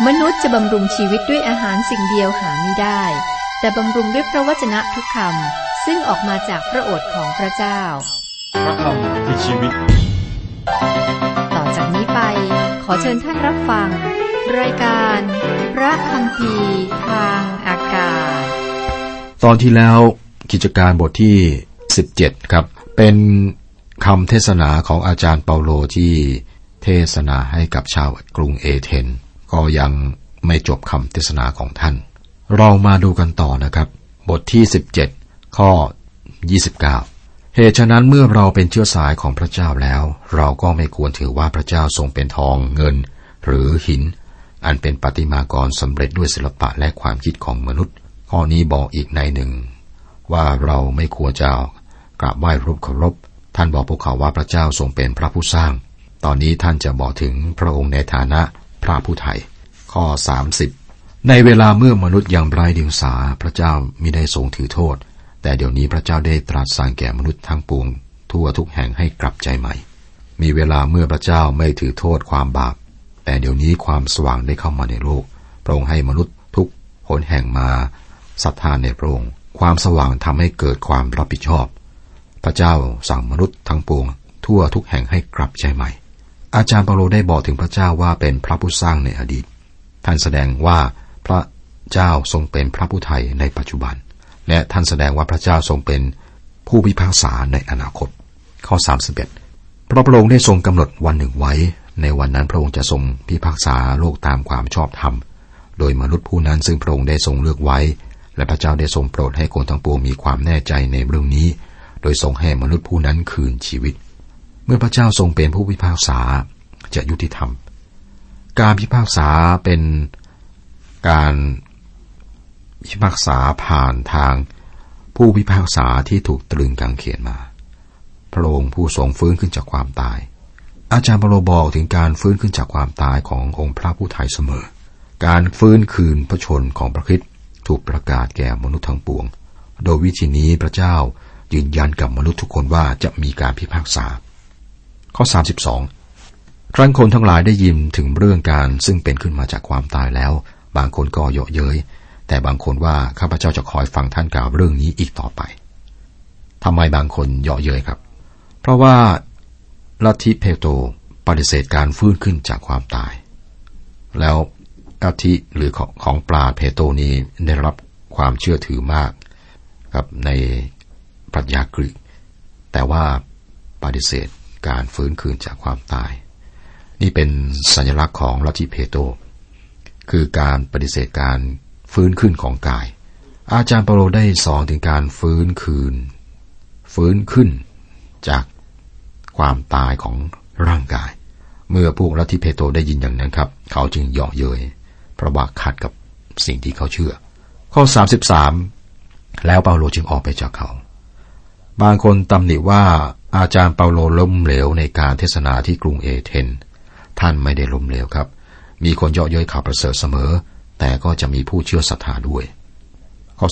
มนุษย์จะบำรุงชีวิตด้วยอาหารสิ่งเดียวหาไม่ได้แต่บำรุงด้วยพระวจนะทุกคำซึ่งออกมาจากพระโอษฐ์ของพระเจ้าพระคำคือชีวิตต่อจากนี้ไปขอเชิญท่านรับฟังรายการพระคัมภีร์ทางอากาศตอนที่แล้วกิจการบทที่17ครับเป็นคำเทศนาของอาจารย์เปาโลที่เทศนาให้กับชาวกรุงเอเธนก็ยังไม่จบคำเทศนาของท่านเรามาดูกันต่อนะครับบทที่17ข้อ29เหตุฉะนั้นเมื่อเราเป็นเชื้อสายของพระเจ้าแล้วเราก็ไม่ควรถือว่าพระเจ้าทรงเป็นทองเงินหรือหินอันเป็นประติมากรสำเร็จด้วยศิลปะและความคิดของมนุษย์ข้อนี้บอกอีกในหนึ่งว่าเราไม่ควรจะกราบไหว้รูปเคารพท่านบอกพวกเขาว่าพระเจ้าทรงเป็นพระผู้สร้างตอนนี้ท่านจะบอกถึงพระองค์ในฐานะพระผู้ไถ่ข้อ30ในเวลาเมื่อมนุษย์ยังไร้เดียงสาพระเจ้ามิได้ทรงถือโทษแต่เดี๋ยวนี้พระเจ้าได้ตรัสสั่งแก่มนุษย์ทั้งปวงทั่วทุกแห่งให้กลับใจใหม่มีเวลาเมื่อพระเจ้าไม่ถือโทษความบาปแต่เดี๋ยวนี้ความสว่างได้เข้ามาในโลกพระองค์ให้มนุษย์ทุกหนแห่งมาศรัทธาในพระองค์ความสว่างทำให้เกิดความรับผิดชอบพระเจ้าสั่งมนุษย์ทั้งปวงทั่วทุกแห่งให้กลับใจใหม่อาจารย์เปาโลได้บอกถึงพระเจ้าว่าเป็นพระผู้สร้างในอดีตท่านแสดงว่าพระเจ้าทรงเป็นพระผู้ไถ่ในปัจจุบันและท่านแสดงว่าพระเจ้าทรงเป็นผู้พิพากษาในอนาคตข้อ31เพราะพระองค์ได้ทรงกำหนดวันหนึ่งไว้ในวันนั้นพระองค์จะทรงพิพากษาโลกตามความชอบธรรมโดยมนุษย์ผู้นั้นซึ่งพระองค์ได้ทรงเลือกไว้และพระเจ้าได้ทรงโปรดให้คนทั้งปวงมีความแน่ใจในเรื่องนี้โดยทรงให้มนุษย์ผู้นั้นคืนชีวิตเมื่อพระเจ้าทรงเป็นผู้พิพากษาจะยุติธรรมการพิพากษาเป็นการพิพากษาผ่านทางผู้พิพากษาที่ถูกตรึงกางเขนมาพระองค์ผู้ทรงฟื้นขึ้นจากความตายอาจารย์เปาโลบอกถึงการฟื้นขึ้นจากความตายขององค์พระผู้ไถ่เสมอการฟื้นคืนพระชนของพระคริสต์ถูกประกาศแก่มนุษย์ทั้งปวงโดยวิธีนี้พระเจ้ายืนยันกับมนุษย์ทุกคนว่าจะมีการพิพากษาข้อ32ครั้นคนทั้งหลายได้ยินถึงเรื่องการซึ่งเป็นขึ้นมาจากความตายแล้วบางคนก็เยาะเย้ยแต่บางคนว่าข้าพเจ้าจะคอยฟังท่านกล่าวเรื่องนี้อีกต่อไปทำไมบางคนเยาะเย้ยครับเพราะว่าลัทธิเพโตรปฏิเสธการฟื้นขึ้นจากความตายแล้วลัทธิหรือของปราชญ์เพโตรนี้ได้รับความเชื่อถือมากครับในปรัชญากรีกแต่ว่าปฏิเสธการฟื้นคืนจากความตายนี่เป็นสัญลักษณ์ของลัทธิเพโตรคือการปฏิเสธการฟื้นขึ้นของกายอาจารย์เปาโลได้สอนถึงการฟื้นขึ้นจากความตายของร่างกายเมื่อพวกลัทธิเพโตรได้ยินอย่างนั้นครับเขาจึงเยาะเย้ยเพราะว่าขัดกับสิ่งที่เขาเชื่อข้อ33แล้วเปาโลจึงออกไปจากเขาบางคนตำหนิว่าอาจารย์เปาโลล้มเหลวในการเทศนาที่กรุงเอเธนท่านไม่ได้ล้มเหลวครับมีคนเยาะเย้ยข่าวประเสริฐเสมอแต่ก็จะมีผู้เชื่อศรัทธาด้วยข้อ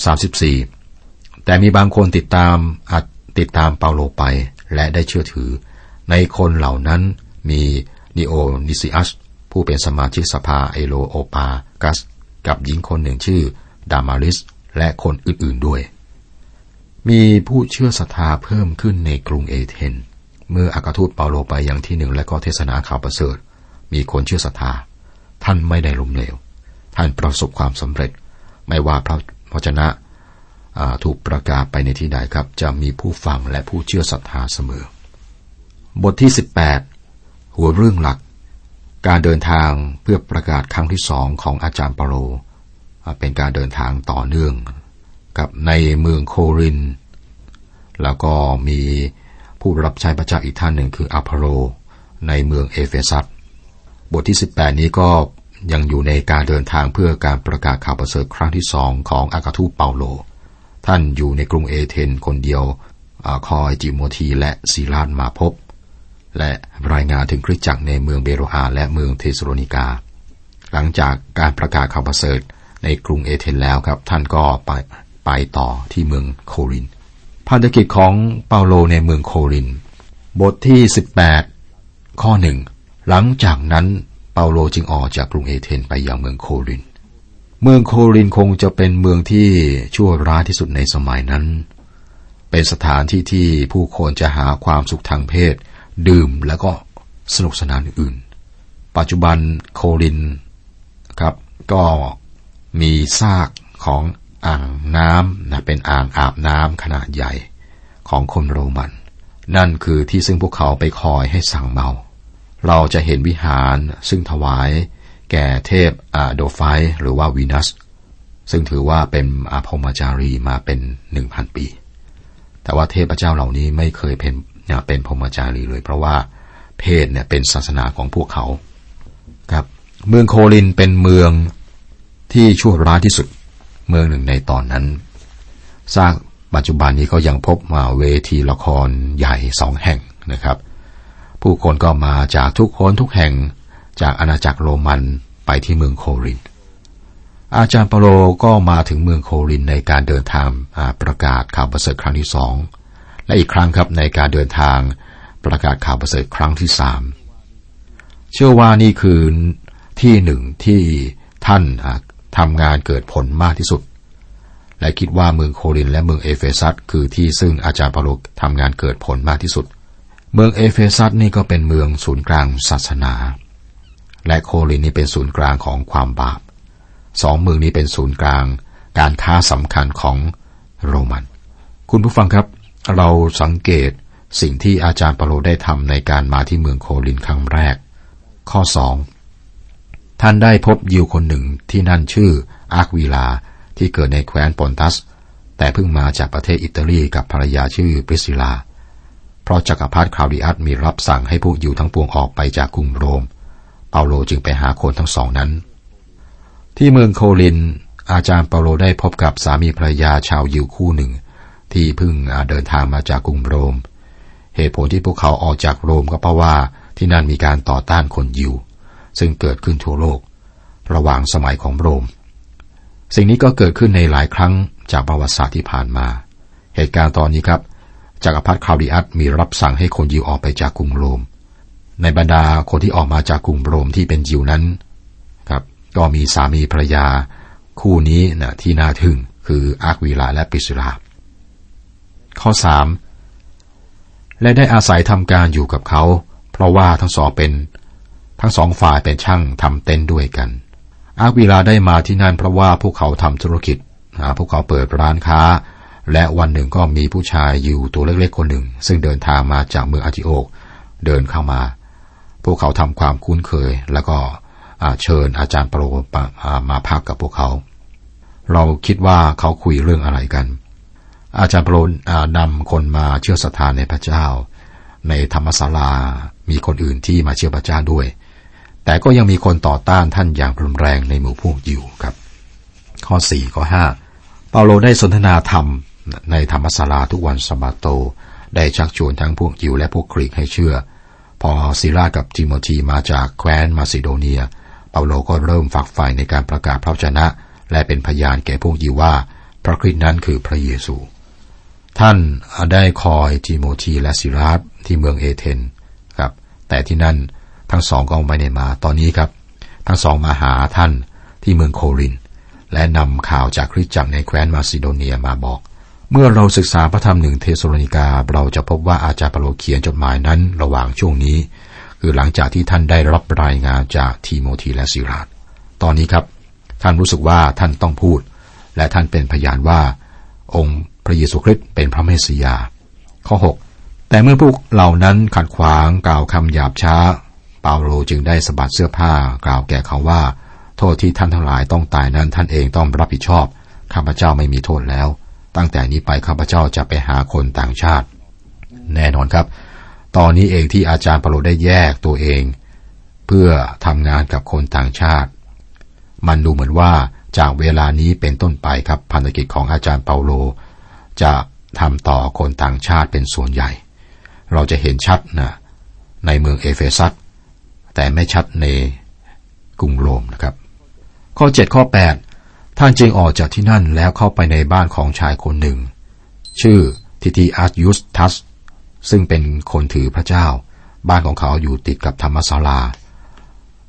34แต่มีบางคนติดตามเปาโลไปและได้เชื่อถือในคนเหล่านั้นมีนิโอนิซิอัสผู้เป็นสมาชิกสภาเอโลโอปากัสกับหญิงคนหนึ่งชื่อดามาริสและคนอื่นๆด้วยมีผู้เชื่อศรัทธาเพิ่มขึ้นในกรุงเอเธนเมื่ออัครทูตเปาโลไปยังที่หนึ่งและก็เทศนาข่าวประเสริฐมีคนเชื่อศรัทธาท่านไม่ได้ล้มเหลวท่านประสบความสำเร็จไม่ว่าพระวจนะถูกประกาศไปในที่ใดครับจะมีผู้ฟังและผู้เชื่อศรัทธาเสมอบทที่18หัวเรื่องหลักการเดินทางเพื่อประกาศครั้งที่2ของอาจารย์เปาโลเป็นการเดินทางต่อเนื่องกับในเมืองโครินธ์แล้วก็มีผู้รับใช้พระเจ้าอีกท่านหนึ่งคืออพอลโลในเมืองเอเฟซัสบทที่18นี้ก็ยังอยู่ในการเดินทางเพื่อการประกาศข่าวประเสริฐครั้งที่2ของอัครทูตเปาโลท่านอยู่ในกรุงเอเธนคนเดียวคอยติโมธีและซีลาสมาพบและรายงานถึงคริสตจักรในเมืองเบโรอาและเมืองเธสโลนิกาหลังจากการประกาศข่าวประเสริฐในกรุงเอเธนแล้วครับท่านก็ไปต่อที่เมืองโครินธ์ภารกิจของเปาโลในเมืองโครินธ์บทที่18ข้อ1หลังจากนั้นเปาโลจึงออกจากกรุงเอเธนไปยังเมืองโครินธ์เมืองโครินธ์คงจะเป็นเมืองที่ชั่วร้ายที่สุดในสมัยนั้นเป็นสถานที่ที่ผู้คนจะหาความสุขทางเพศดื่มแล้วก็สนุกสนานอื่นปัจจุบันโครินธ์ครับก็มีซากของอ่างน้ำเป็นอ่างอาบน้ำขนาดใหญ่ของคนโรมันนั่นคือที่ซึ่งพวกเขาไปคอยให้สั่งเมาเราจะเห็นวิหารซึ่งถวายแก่เทพโดไฟหรือว่าวีนัสซึ่งถือว่าเป็นพรหมจารีมาเป็น 1,000 ปีแต่ว่าเทพเจ้าเหล่านี้ไม่เคยเป็นพรหมจารีเลยเพราะว่าเพศเนี่ยเป็นศาสนาของพวกเขาครับเมืองโครินธ์เป็นเมืองที่ชั่วร้ายที่สุดเมืองหนึ่งในตอนนั้นสร้างปัจจุบันนี้ก็ยังพบเวทีละครใหญ่2 แห่งนะครับผู้คนก็มาจากทุกคนทุกแห่งจากอาณาจักรโรมันไปที่เมืองโครินธ์อาจารย์เปาโลก็มาถึงเมืองโครินธ์ในการเดินทางประกาศข่าวประเสริฐครั้งที่2และอีกครั้งครับในการเดินทางประกาศข่าวประเสริฐครั้งที่3เชื่อว่านี่คือที่หนึ่งที่ท่านทำงานเกิดผลมากที่สุดและคิดว่าเมืองโครินธ์และเมืองเอเฟซัสคือที่ซึ่งอาจารย์เปาโลทำงานเกิดผลมากที่สุดเมืองเอเฟซัสนี่ก็เป็นเมืองศูนย์กลางศาสนาและโครินธ์นี่เป็นศูนย์กลางของความบาป2 เมืองนี้เป็นศูนย์กลางการค้าสำคัญของโรมันคุณผู้ฟังครับเราสังเกตสิ่งที่อาจารย์เปาโลได้ทำในการมาที่เมืองโครินธ์ครั้งแรกข้อ2ท่านได้พบยิวคนหนึ่งที่นั่นชื่ออาร์ควีลาที่เกิดในแคว้นปอนตัสแต่เพิ่งมาจากประเทศอิตาลีกับภรรยาชื่อปริสซิลาเพราะจักรพรรดิคลาวดิอัสมีรับสั่งให้พวกยิวทั้งปวงออกไปจากกรุงโรมเปาโลจึงไปหาคนทั้ง2นั้นที่เมืองโครินธ์อาจารย์เปาโลได้พบกับสามีภรรยาชาวยิวคู่หนึ่งที่เพิ่งเดินทางมาจากกรุงโรมเหตุผลที่พวกเขาออกจากโรมก็เพราะว่าที่นั่นมีการต่อต้านคนยิวซึ่งเกิดขึ้นทั่วโลกระหว่างสมัยของโรมสิ่งนี้ก็เกิดขึ้นในหลายครั้งจากประวัติศาสตร์ที่ผ่านมาเหตุการณ์ตอนนี้ครับจักรพรรดิคลาวดิอัสมีรับสั่งให้คนยิวออกไปจากกรุงโรมในบรรดาคนที่ออกมาจากกรุงโรมที่เป็นยิวนั้นครับก็มีสามีภรรยาคู่นี้นะที่น่าทึ่งคืออาร์ควีลาและปริสซิลาข้อ3และได้อาศัยทำการอยู่กับเขาเพราะว่าทั้งสองฝ่ายเป็นช่างทำเต็นท์ด้วยกันอาร์ควีลาได้มาที่นั่นเพราะว่าพวกเขาทำธุรกิจพวกเขาเปิดร้านค้าและวันหนึ่งก็มีผู้ชายยิวตัวเล็กๆคนหนึ่งซึ่งเดินทางมาจากเมืองอันติโอกเดินเข้ามาพวกเขาทำความคุ้นเคยแล้วก็เชิญอาจารย์เปาโลมาพักกับพวกเขาเราคิดว่าเขาคุยเรื่องอะไรกันอาจารย์เปาโลนำคนมาเชื่อศรัทธาในพระเจ้าในธรรมศาลามีคนอื่นที่มาเชื่อพระเจ้าด้วยแต่ก็ยังมีคนต่อต้านท่านอย่างรุนแรงในหมู่พวกยิวครับข้อ4ข้อ5เปาโลได้สนทนาธรรมในธรรมศาลาทุกวันสะบาโตได้ชักชวนทั้งพวกยิวและพวกกรีกให้เชื่อพอซิลากับทิโมธีมาจากแคว้นมาซิโดเนียเปาโลก็เริ่มฝักใฝ่ในการประกาศพระวจนะและเป็นพยานแก่พวกยิวว่าพระคริสต์นั้นคือพระเยซูท่านได้คอยทิโมธีและซิลาที่เมืองเอเธนครับแต่ที่นั่นทั้ง2ก็ไม่ได้มาตอนนี้ครับทั้ง2มาหาท่านที่เมืองโครินธ์และนำข่าวจากคริสตจักรในแคว้นมาซิโดเนียมาบอกเมื่อเราศึกษาพระธรรม1เธสโลนิกาเราจะพบว่าอาจารย์เปาโลเขียนจดหมายนั้นระหว่างช่วงนี้คือหลังจากที่ท่านได้รับรายงานจากทิโมธีและซิลาตอนนี้ครับท่านรู้สึกว่าท่านต้องพูดและท่านเป็นพยานว่าองค์พระเยซูคริสต์เป็นพระเมสสิยาข้อ6แต่เมื่อพวกเหล่านั้นขัดขวางกล่าวคำหยาบช้าเปาโลจึงได้สะบัดเสื้อผ้ากล่าวแก่เขาว่าโทษที่ท่านทั้งหลายต้องตายนั้นท่านเองต้องรับผิดชอบข้าพเจ้าไม่มีโทษแล้วตั้งแต่นี้ไปข้าพเจ้าจะไปหาคนต่างชาติแน่นอนครับตอนนี้เองที่อาจารย์เปาโลได้แยกตัวเองเพื่อทำงานกับคนต่างชาติมันดูเหมือนว่าจากเวลานี้เป็นต้นไปครับภารกิจของอาจารย์เปาโลจะทำต่อคนต่างชาติเป็นส่วนใหญ่เราจะเห็นชัดนะในเมืองเอเฟซัสแต่ไม่ชัดในกรุงโรมนะครับข้อ7ข้อ8ท่านจึงออกจากที่นั่นแล้วเข้าไปในบ้านของชายคนหนึ่งชื่อทิติอัสยุสทัสซึ่งเป็นคนถือพระเจ้าบ้านของเขาอยู่ติดกับธรรมศาลา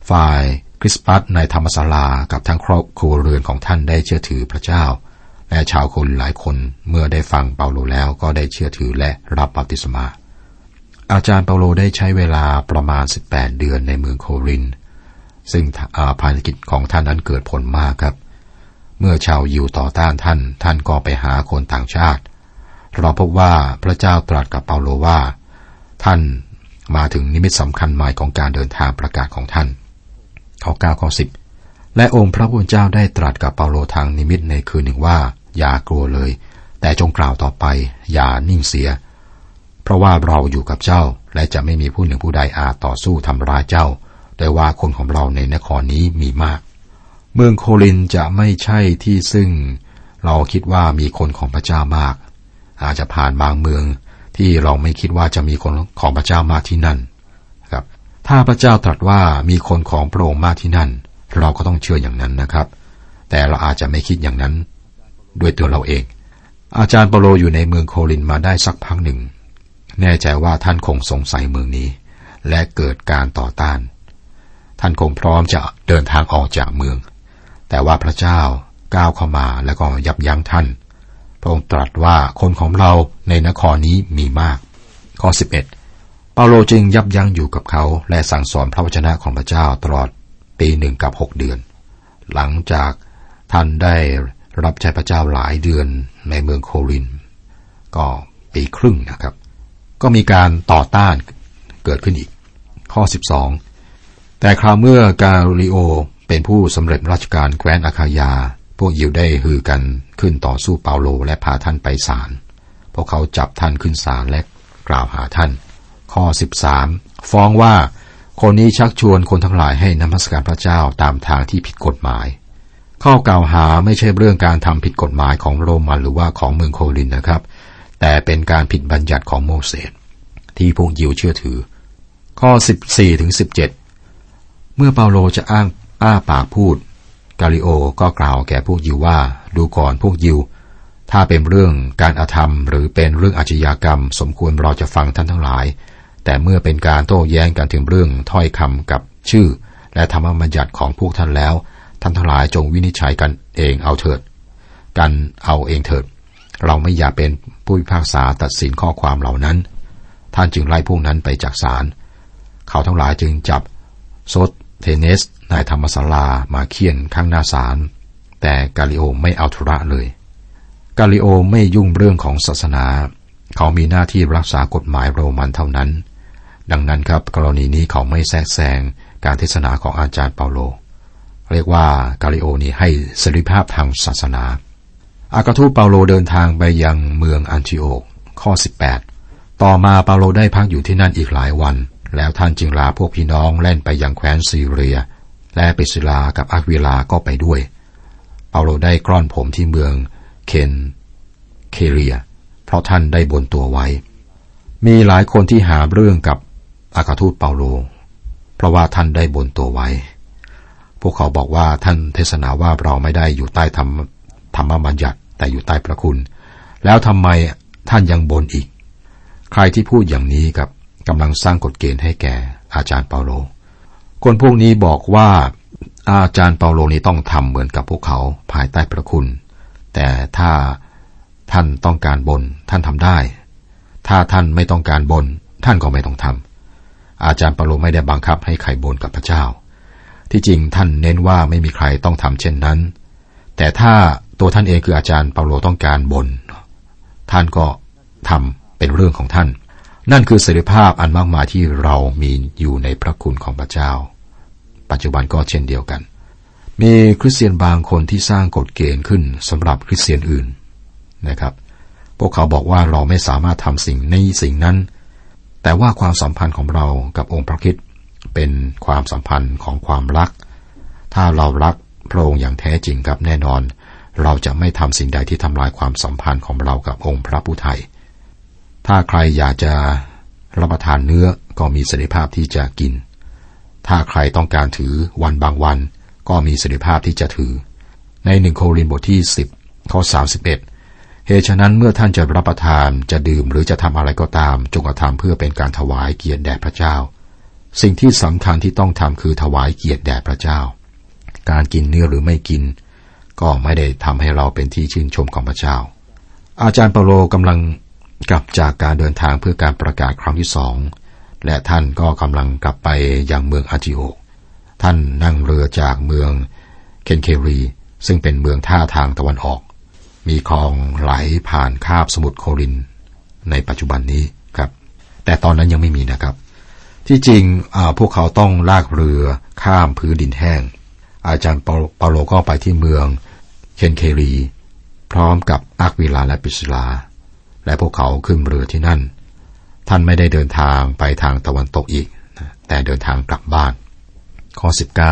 ฝ่ายคริสปัสในธรรมศาลากับทั้งครอบครัวเรือนของท่านได้เชื่อถือพระเจ้าและชาวคนหลายคนเมื่อได้ฟังเปาโลแล้วก็ได้เชื่อถือและรับบัพติศมาอาจารย์เปาโลได้ใช้เวลาประมาณ18เดือนในเมืองโครินธ์ซึ่งภารกิจของท่านนั้นเกิดผลมากครับเมื่อชาวยิวต่อต้านท่านก็ไปหาคนต่างชาติเราพบว่าพระเจ้าตรัสกับเปาโลว่าท่านมาถึงนิมิตสำคัญหมายของการเดินทางประกาศของท่านข้อ9ข้อ10และองค์พระผู้เป็นเจ้าได้ตรัสกับเปาโลทางนิมิตในคืนหนึ่งว่าอย่ากลัวเลยแต่จงกล่าวต่อไปอย่านิ่งเสียเพราะว่าเราอยู่กับเจ้าและจะไม่มีผู้หนึ่งผู้ใดอาจต่อสู้ทำร้ายเจ้าโดยว่าคนของเราในนครนี้มีมากเมืองโครินธ์จะไม่ใช่ที่ซึ่งเราคิดว่ามีคนของพระเจ้ามากอาจจะผ่านบางเมืองที่เราไม่คิดว่าจะมีคนของพระเจ้ามากที่นั่นครับถ้าพระเจ้าตรัสว่ามีคนของพระองค์มากที่นั่นเราก็ต้องเชื่ออย่างนั้นนะครับแต่เราอาจจะไม่คิดอย่างนั้นด้วยตัวเราเองอาจารย์เปาโลอยู่ในเมืองโครินธ์มาได้สักพักหนึ่งแน่ใจว่าท่านคงสงสัยเมืองนี้และเกิดการต่อต้านท่านคงพร้อมจะเดินทางออกจากเมืองแต่ว่าพระเจ้าก้าวเข้ามาแล้วก็ยับยั้งท่านพระองค์ตรัสว่าคนของเราในนครนี้มีมากข้อ11เปาโลจึงยับยั้งอยู่กับเขาและสั่งสอนพระวจนะของพระเจ้าตลอดปี1กับ6เดือนหลังจากท่านได้รับใช้พระเจ้าหลายเดือนในเมืองโครินธ์ก็ปีครึ่งนะครับก็มีการต่อต้านเกิดขึ้นอีกข้อ12แต่คราวเมื่อกาลิโอเป็นผู้สำเร็จราชการแคว้นอาคายาพวกยิวได้ฮือกันขึ้นต่อสู้เปาโลและพาท่านไปศาลพวกเขาจับท่านขึ้นศาลและกล่าวหาท่านข้อ13ฟ้องว่าคนนี้ชักชวนคนทั้งหลายให้นมัสการพระเจ้าตามทางที่ผิดกฎหมายข้อกล่าวหาไม่ใช่เรื่องการทำผิดกฎหมายของโรมันหรือว่าของเมืองโครินธ์นะครับแต่เป็นการผิดบัญญัติของโมเสสที่พวกยิวเชื่อถือข้อ14ถึง17เมื่อเปาโลจะอ้าปากพูดกาลิโอก็กล่าวแก่พวกยิวว่าดูก่อนพวกยิวถ้าเป็นเรื่องการอธรรมหรือเป็นเรื่องอาชญากรรมสมควรเราจะฟังท่านทั้งหลายแต่เมื่อเป็นการโต้แย้งกันถึงเรื่องถ้อยคำกับชื่อและธรรมบัญญัติของพวกท่านแล้วท่านทั้งหลายจงวินิจฉัยกันเองเอาเถิดเราไม่อยากเป็นผู้พิพากษาตัดสินข้อความเหล่านั้นท่านจึงไล่พวกนั้นไปจากศาลเขาทั้งหลายจึงจับโซเทเนสนายธรรมศาลามาเคี่ยนข้างหน้าศาลแต่กาลิโอไม่เอาธุระเลยกาลิโอไม่ยุ่งเรื่องของศาสนาเขามีหน้าที่รักษากฎหมายโรมันเท่านั้นดังนั้นครับกรณีนี้เขาไม่แทรกแซงการเทศนาของอาจารย์เปาโลเรียกว่ากาลิโอนี้ให้เสรีภาพทางศาสนาอัครทูตเปาโลเดินทางไปยังเมืองอันทิโอกข้อ18ต่อมาเปาโลได้พักอยู่ที่นั่นอีกหลายวันแล้วท่านจึงลาพวกพี่น้องแล่นไปยังแคว้นซีเรียและปริสลากับอาควิลาก็ไปด้วยเปาโลได้กล้อนผมที่เมืองเคเรียเพราะท่านได้บนตัวไว้มีหลายคนที่หาเรื่องกับอัครทูตเปาโลเพราะว่าท่านได้บนตัวไว้พวกเขาบอกว่าท่านเทศนาว่าเราไม่ได้อยู่ใต้ธรรมบัญญัติแต่อยู่ใต้พระคุณแล้วทำไมท่านยังบนอีกใครที่พูดอย่างนี้กับกำลังสร้างกฎเกณฑ์ให้แก่อาจารย์เปาโลคนพวกนี้บอกว่าอาจารย์เปาโลนี้ต้องทำเหมือนกับพวกเขาภายใต้พระคุณแต่ถ้าท่านต้องการบนท่านทำได้ถ้าท่านไม่ต้องการบนท่านก็ไม่ต้องทำอาจารย์เปาโลไม่ได้บังคับให้ใครบนกับพระเจ้าที่จริงท่านเน้นว่าไม่มีใครต้องทำเช่นนั้นแต่ถ้าตัวท่านเองคืออาจารย์เปาโลต้องการบนท่านก็ทำเป็นเรื่องของท่านนั่นคือเสรีภาพอันมากมายที่เรามีอยู่ในพระคุณของพระเจ้าปัจจุบันก็เช่นเดียวกันมีคริสเตียนบางคนที่สร้างกฎเกณฑ์ขึ้นสำหรับคริสเตียนอื่นนะครับพวกเขาบอกว่าเราไม่สามารถทำสิ่งนั้นแต่ว่าความสัมพันธ์ของเรากับองค์พระคริสต์เป็นความสัมพันธ์ของความรักถ้าเรารักพระองค์อย่างแท้จริงครับแน่นอนเราจะไม่ทำสิ่งใดที่ทำลายความสัมพันธ์ของเรากับองค์พระผู้ไถ่ถ้าใครอยากจะรับประทานเนื้อก็มีเสรีภาพที่จะกินถ้าใครต้องการถือวันบางวันก็มีเสรีภาพที่จะถือใน1โครินธ์บทที่10ข้อ31เหตุฉะนั้นเมื่อท่านจะรับประทานจะดื่มหรือจะทำอะไรก็ตามจงกระทำเพื่อเป็นการถวายเกียรติแด่พระเจ้าสิ่งที่สำคัญที่ต้องทำคือถวายเกียรติแด่พระเจ้าการกินเนื้อหรือไม่กินก็ไม่ได้ทำให้เราเป็นที่ชื่นชมของพระเจ้าอาจารย์เปาโลกำลังกลับจากการเดินทางเพื่อการประกาศครั้งที่2และท่านก็กำลังกลับไปยังเมืองอันทิโอกท่านนั่งเรือจากเมืองเคนเครีซึ่งเป็นเมืองท่าทางตะวันออกมีคลองไหลผ่านคาบสมุทรโครินในปัจจุบันนี้ครับแต่ตอนนั้นยังไม่มีนะครับที่จริงพวกเขาต้องลากเรือข้ามพื้นดินแห้งอาจารย์เปาโลก็ไปที่เมืองเคนเครีพร้อมกับอักวิลาและปริสลาและพวกเขาขึ้นเรือที่นั่นท่านไม่ได้เดินทางไปทางตะวันตกอีกแต่เดินทางกลับบ้านข้อ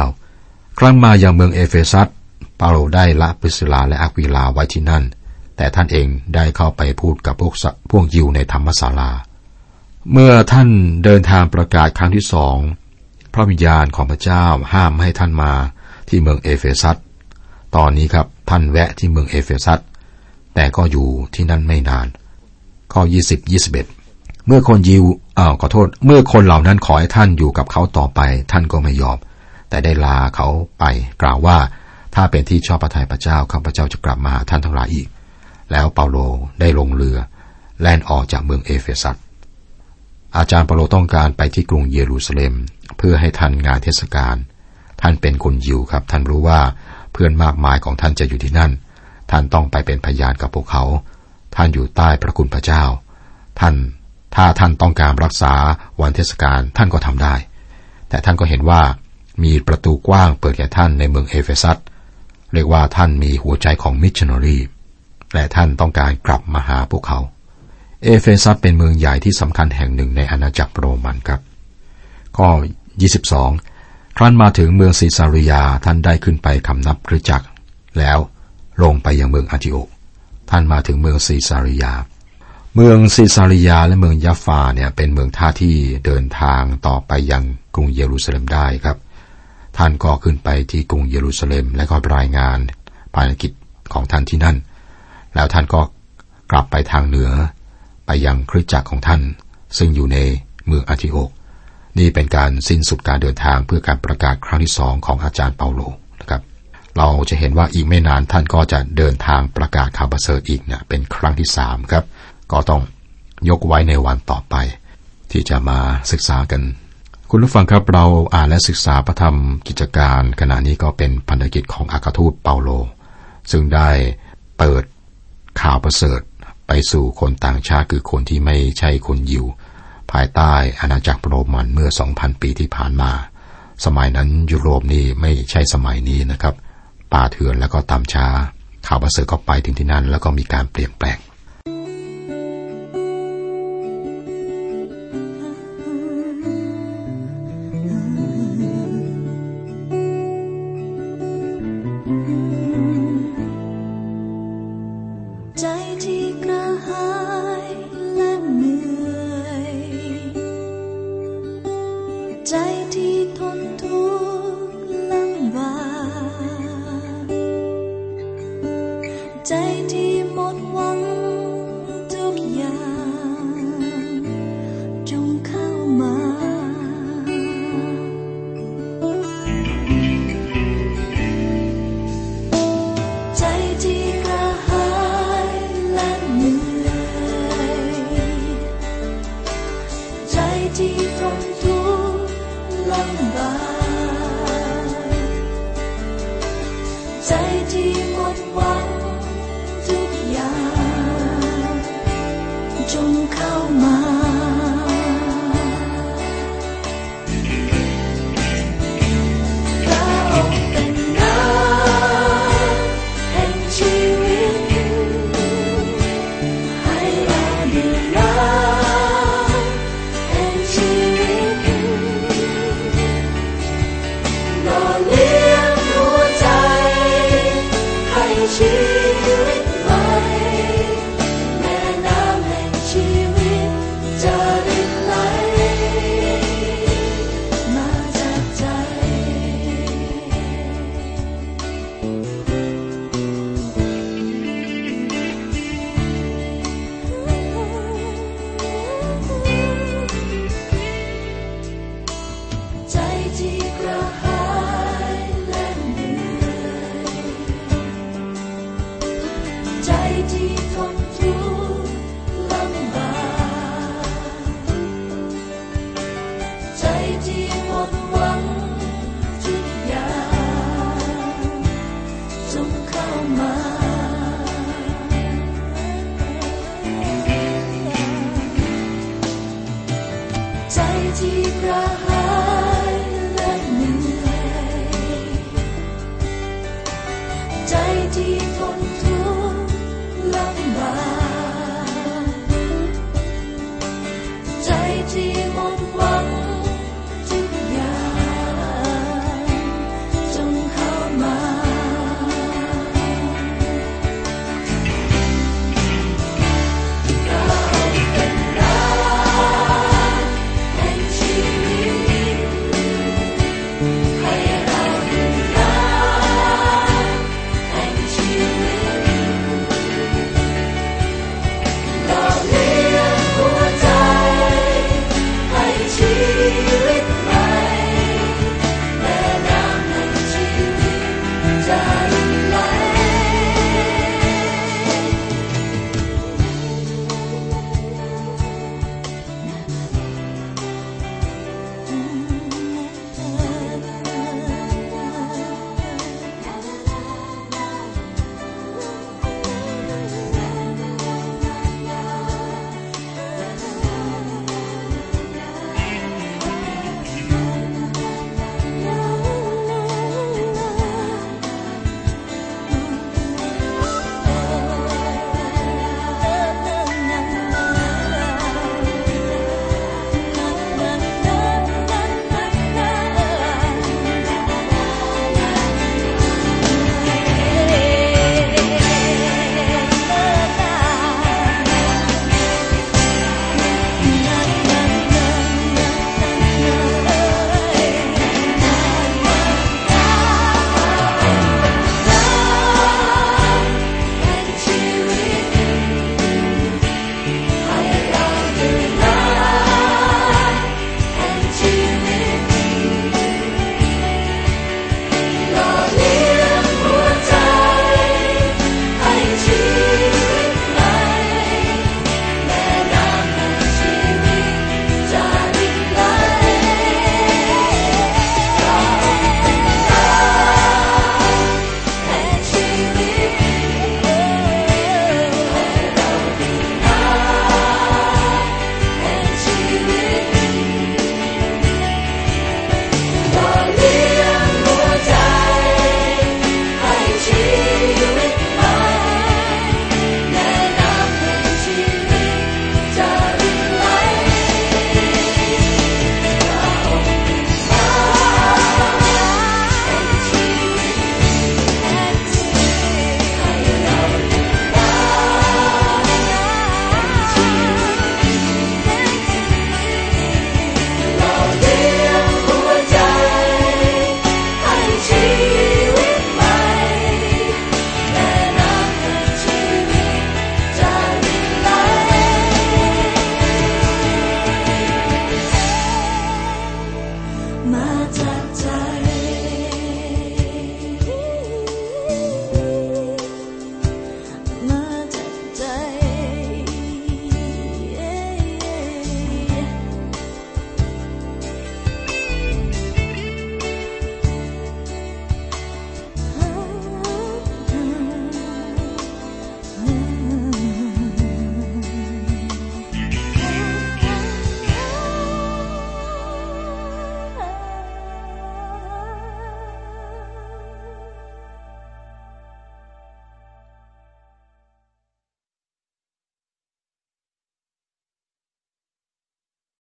19ครั้งมายังเมืองเอเฟซัสเปาโลได้ละปริสลาและอักวิลาไว้ที่นั่นแต่ท่านเองได้เข้าไปพูดกับพวกยิวในธรรมศาลาเมื่อท่านเดินทางประกาศครั้งที่2พระวิญญาณของพระเจ้าห้ามให้ท่านมาที่เมืองเอเฟซัสตอนนี้ครับท่านแวะที่เมืองเอเฟซัสแต่ก็อยู่ที่นั่นไม่นานข้อ20-21เมื่อคนยิวเมื่อคนเหล่านั้นขอให้ท่านอยู่กับเขาต่อไปท่านก็ไม่ยอมแต่ได้ลาเขาไปกล่าวว่าถ้าเป็นที่ชอบพระทัยพระเจ้าข้าพเจ้าจะกลับมาหาท่านทั้งหลายอีกแล้วเปาโลได้ลงเรือแล่นออกจากเมืองเอเฟซัสอาจารย์เปาโลต้องการไปที่กรุงเยรูซาเล็มเพื่อให้ทันงานเทศกาลท่านเป็นคนยิวครับท่านรู้ว่าเพื่อนมากมายของท่านจะอยู่ที่นั่นท่านต้องไปเป็นพยานกับพวกเขาท่านอยู่ใต้พระคุณพระเจ้าถ้าท่านต้องการรักษาวันเทศกาลท่านก็ทำได้แต่ท่านก็เห็นว่ามีประตูกว้างเปิดแก่ท่านในเมืองเอเฟซัสเรียกว่าท่านมีหัวใจของมิชชันนารีและท่านต้องการกลับมาหาพวกเขาเอเฟซัสเป็นเมืองใหญ่ที่สำคัญแห่งหนึ่งในอาณาจักรโรมันครับข้อ22ครั้นมาถึงเมืองซิซาริยาท่านได้ขึ้นไปคำนับคริสตจักรแล้วลงไปยังเมืองอันทิโอกท่านมาถึงเมืองซิซาริยาเมืองซิซาริยาและเมืองยาฟาเนี่ยเป็นเมืองท่าที่เดินทางต่อไปยังกรุงเยรูซาเล็มได้ครับท่านก็ขึ้นไปที่กรุงเยรูซาเล็มและก็รายงานภารกิจของท่านที่นั่นแล้วท่านก็กลับไปทางเหนือไปยังคริสตจักรของท่านซึ่งอยู่ในเมืองอันทิโอกนี่เป็นการสิ้นสุดการเดินทางเพื่อการประกาศครั้งที่2ของอาจารย์เปาโลนะครับเราจะเห็นว่าอีกไม่นานท่านก็จะเดินทางประกาศข่าวประเสริฐอีกเนี่ยเป็นครั้งที่3ครับก็ต้องยกไว้ในวันต่อไปที่จะมาศึกษากันคุณผู้ฟังครับเราอ่านและศึกษาพระธรรมกิจการขณะนี้ก็เป็นพันธกิจของอัครทูตเปาโลซึ่งได้เปิดข่าวประเสริฐไปสู่คนต่างชาติคือคนที่ไม่ใช่คนยิวภายใต้อาณาจักรโรมันเมื่อ 2,000 ปีที่ผ่านมาสมัยนั้นยุโรปนี่ไม่ใช่สมัยนี้นะครับป่าเถื่อนแล้วก็ตามช้าข่าวประเสริฐก็ไปถึงที่นั่นแล้วก็มีการเปลี่ยนแปลง